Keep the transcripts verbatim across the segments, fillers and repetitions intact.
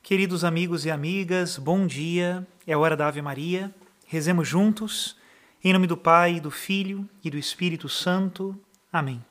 Queridos amigos e amigas, bom dia, é hora da Ave Maria, rezemos juntos, em nome do Pai, do Filho e do Espírito Santo. Amém.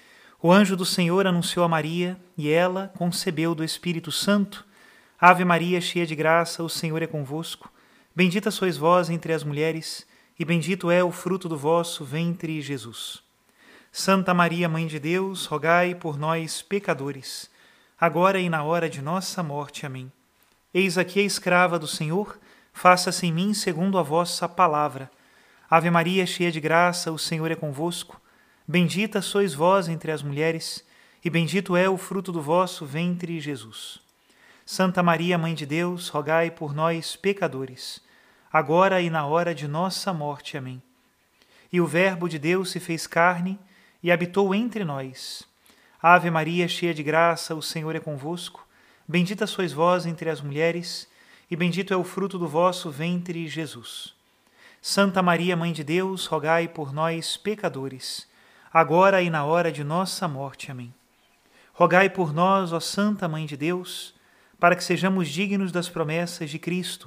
O anjo do Senhor anunciou a Maria, e ela concebeu do Espírito Santo. Ave Maria, cheia de graça, o Senhor é convosco. Bendita sois vós entre as mulheres, e bendito é o fruto do vosso ventre, Jesus. Santa Maria, Mãe de Deus, rogai por nós, pecadores, agora e na hora de nossa morte. Amém. Eis aqui a escrava do Senhor, faça-se em mim segundo a vossa palavra. Ave Maria, cheia de graça, o Senhor é convosco. Bendita sois vós entre as mulheres, e bendito é o fruto do vosso ventre, Jesus. Santa Maria, Mãe de Deus, rogai por nós, pecadores, agora e na hora de nossa morte. Amém. E o Verbo de Deus se fez carne e habitou entre nós. Ave Maria, cheia de graça, o Senhor é convosco. Bendita sois vós entre as mulheres, e bendito é o fruto do vosso ventre, Jesus. Santa Maria, Mãe de Deus, rogai por nós, pecadores, agora e na hora de nossa morte. Amém. Rogai por nós, ó Santa Mãe de Deus, para que sejamos dignos das promessas de Cristo.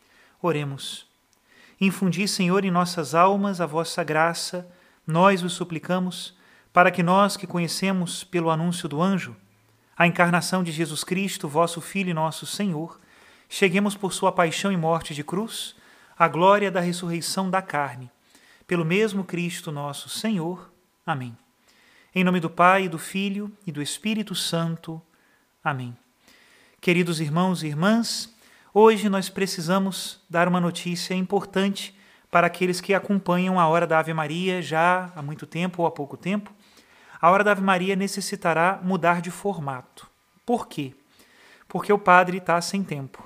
Oremos. Infundi, Senhor, em nossas almas a vossa graça, nós os suplicamos, para que nós que conhecemos pelo anúncio do anjo a encarnação de Jesus Cristo, vosso Filho e nosso Senhor, cheguemos por sua paixão e morte de cruz à glória da ressurreição da carne, pelo mesmo Cristo nosso Senhor. Amém. Em nome do Pai, do Filho e do Espírito Santo. Amém. Queridos irmãos e irmãs, hoje nós precisamos dar uma notícia importante para aqueles que acompanham a Hora da Ave Maria já há muito tempo ou há pouco tempo. A Hora da Ave Maria necessitará mudar de formato. Por quê? Porque o padre está sem tempo.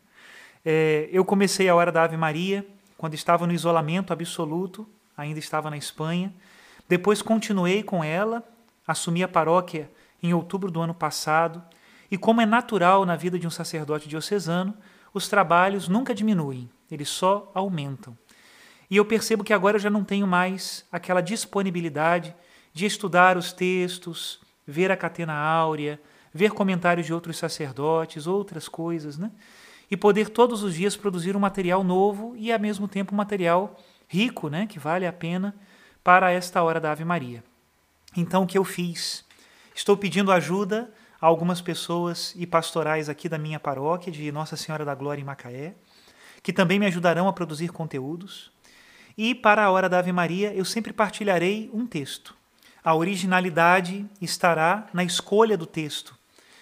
é, eu comecei a Hora da Ave Maria quando estava no isolamento absoluto, ainda estava na Espanha. Depois continuei com ela, assumi a paróquia em outubro do ano passado, e como é natural na vida de um sacerdote diocesano, os trabalhos nunca diminuem, eles só aumentam. E eu percebo que agora eu já não tenho mais aquela disponibilidade de estudar os textos, ver a Catena Áurea, ver comentários de outros sacerdotes, outras coisas, né? E poder todos os dias produzir um material novo e, ao mesmo tempo, um material rico, né? Que vale a pena para esta Hora da Ave Maria. Então, o que eu fiz? Estou pedindo ajuda a algumas pessoas e pastorais aqui da minha paróquia, de Nossa Senhora da Glória em Macaé, que também me ajudarão a produzir conteúdos. E para a Hora da Ave Maria, eu sempre partilharei um texto. A originalidade estará na escolha do texto.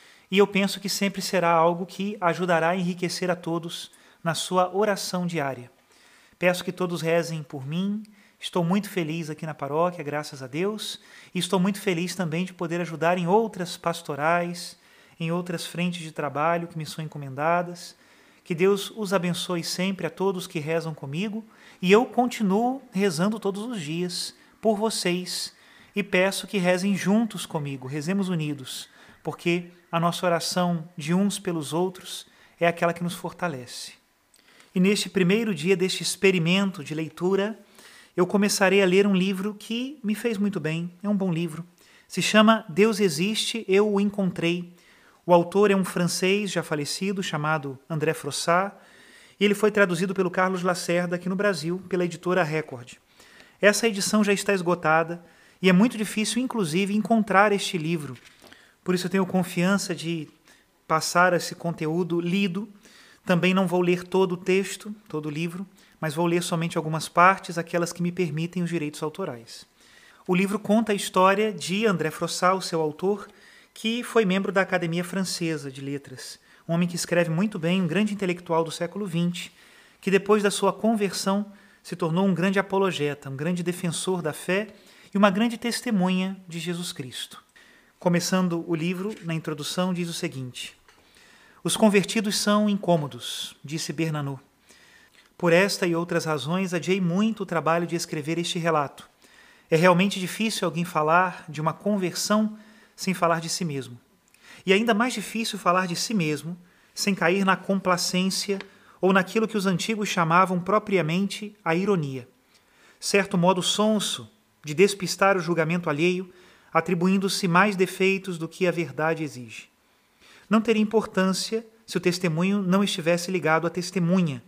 E eu penso que sempre será algo que ajudará a enriquecer a todos na sua oração diária. Peço que todos rezem por mim. Estou muito feliz aqui na paróquia, graças a Deus. E estou muito feliz também de poder ajudar em outras pastorais, em outras frentes de trabalho que me são encomendadas. Que Deus os abençoe sempre a todos que rezam comigo. E eu continuo rezando todos os dias por vocês. E peço que rezem juntos comigo, rezemos unidos, porque a nossa oração de uns pelos outros é aquela que nos fortalece. E neste primeiro dia deste experimento de leitura, eu começarei a ler um livro que me fez muito bem, é um bom livro. Se chama Deus Existe, Eu o Encontrei. O autor é um francês já falecido, chamado André Frossard, e ele foi traduzido pelo Carlos Lacerda aqui no Brasil, pela editora Record. Essa edição já está esgotada, e é muito difícil, inclusive, encontrar este livro. Por isso eu tenho confiança de passar esse conteúdo lido. Também não vou ler todo o texto, todo o livro, mas vou ler somente algumas partes, aquelas que me permitem os direitos autorais. O livro conta a história de André Frossard, o seu autor, que foi membro da Academia Francesa de Letras. Um homem que escreve muito bem, um grande intelectual do século vinte, que depois da sua conversão se tornou um grande apologeta, um grande defensor da fé e uma grande testemunha de Jesus Cristo. Começando o livro, na introdução, diz o seguinte: Os convertidos são incômodos, disse Bernanos. Por esta e outras razões, adiei muito o trabalho de escrever este relato. É realmente difícil alguém falar de uma conversão sem falar de si mesmo. E ainda mais difícil falar de si mesmo sem cair na complacência ou naquilo que os antigos chamavam propriamente a ironia. Certo modo sonso de despistar o julgamento alheio, atribuindo-se mais defeitos do que a verdade exige. Não teria importância se o testemunho não estivesse ligado à testemunha,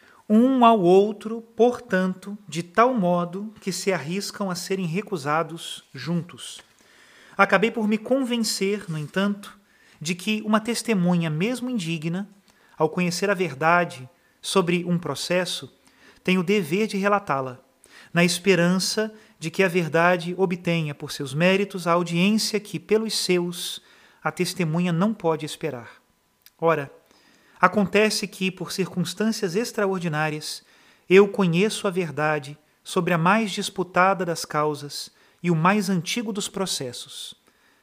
um ao outro, portanto, de tal modo que se arriscam a serem recusados juntos. Acabei por me convencer, no entanto, de que uma testemunha, mesmo indigna, ao conhecer a verdade sobre um processo, tem o dever de relatá-la, na esperança de que a verdade obtenha por seus méritos a audiência que, pelos seus, a testemunha não pode esperar. Ora, acontece que, por circunstâncias extraordinárias, eu conheço a verdade sobre a mais disputada das causas e o mais antigo dos processos.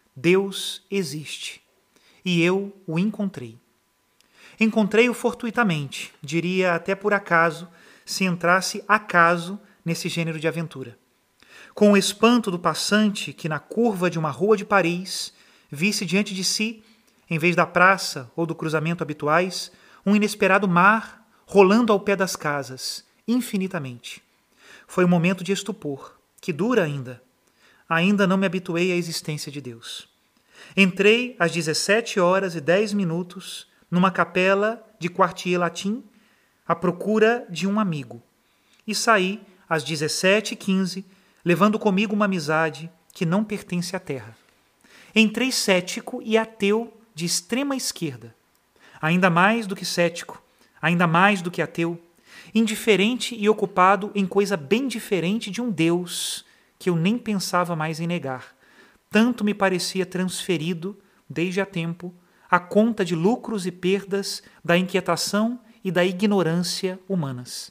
Deus existe, e eu o encontrei. Encontrei-o fortuitamente, diria até por acaso, se entrasse acaso nesse gênero de aventura. Com o espanto do passante que, na curva de uma rua de Paris, visse diante de si, em vez da praça ou do cruzamento habituais, um inesperado mar rolando ao pé das casas, infinitamente. Foi um momento de estupor, que dura ainda. Ainda não me habituei à existência de Deus. Entrei às dezessete horas e dez minutos numa capela de Quartier Latin à procura de um amigo e saí às dezessete e quinze levando comigo uma amizade que não pertence à terra. Entrei cético e ateu de extrema esquerda, ainda mais do que cético, ainda mais do que ateu, indiferente e ocupado em coisa bem diferente de um Deus que eu nem pensava mais em negar. Tanto me parecia transferido, desde há tempo, a conta de lucros e perdas da inquietação e da ignorância humanas.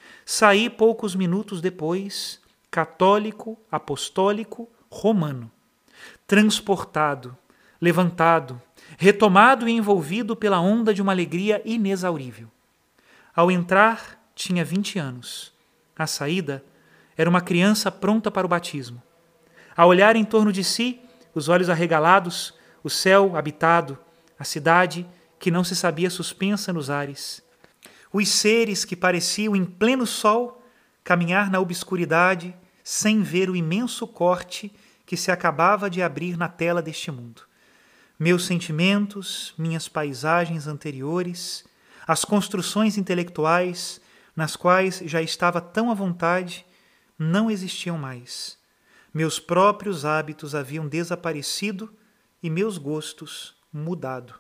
Saí poucos minutos depois, católico, apostólico, romano, transportado, levantado, retomado e envolvido pela onda de uma alegria inexaurível. Ao entrar, tinha vinte anos. À saída, era uma criança pronta para o batismo. A olhar em torno de si, os olhos arregalados, o céu habitado, a cidade que não se sabia suspensa nos ares. Os seres que pareciam em pleno sol caminhar na obscuridade sem ver o imenso corte que se acabava de abrir na tela deste mundo. Meus sentimentos, minhas paisagens anteriores, as construções intelectuais nas quais já estava tão à vontade, não existiam mais. Meus próprios hábitos haviam desaparecido e meus gostos mudado.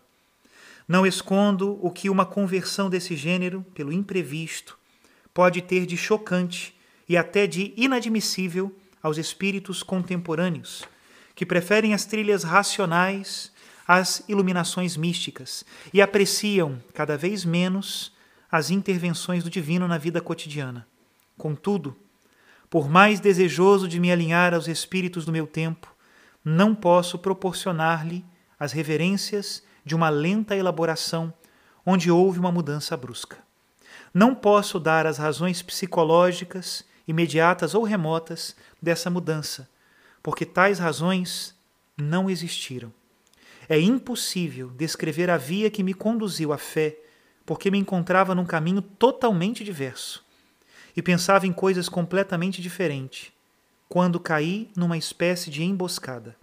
Não escondo o que uma conversão desse gênero, pelo imprevisto, pode ter de chocante e até de inadmissível aos espíritos contemporâneos, que preferem as trilhas racionais às iluminações místicas e apreciam cada vez menos as intervenções do divino na vida cotidiana. Contudo, por mais desejoso de me alinhar aos espíritos do meu tempo, não posso proporcionar-lhe as reverências de uma lenta elaboração onde houve uma mudança brusca. Não posso dar as razões psicológicas, imediatas ou remotas, dessa mudança, porque tais razões não existiram. É impossível descrever a via que me conduziu à fé, porque me encontrava num caminho totalmente diverso e pensava em coisas completamente diferentes, quando caí numa espécie de emboscada.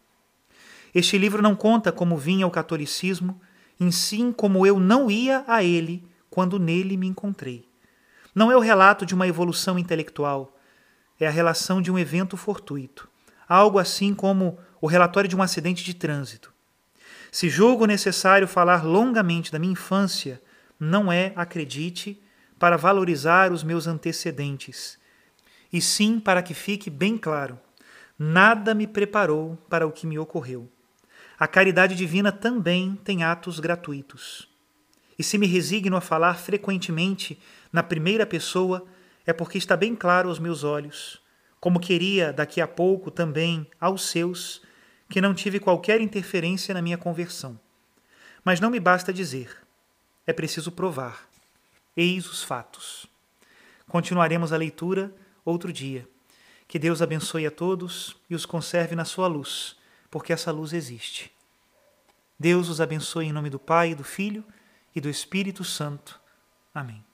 Este livro não conta como vim ao catolicismo, em sim como eu não ia a ele quando nele me encontrei. Não é o relato de uma evolução intelectual, é a relação de um evento fortuito, algo assim como o relatório de um acidente de trânsito. Se julgo necessário falar longamente da minha infância, não é, acredite, para valorizar os meus antecedentes, e sim para que fique bem claro, nada me preparou para o que me ocorreu. A caridade divina também tem atos gratuitos. E se me resigno a falar frequentemente na primeira pessoa, é porque está bem claro aos meus olhos, como queria daqui a pouco também aos seus, que não tive qualquer interferência na minha conversão. Mas não me basta dizer, é preciso provar. Eis os fatos. Continuaremos a leitura outro dia. Que Deus abençoe a todos e os conserve na sua luz, porque essa luz existe. Deus os abençoe em nome do Pai, do Filho e do Espírito Santo. Amém.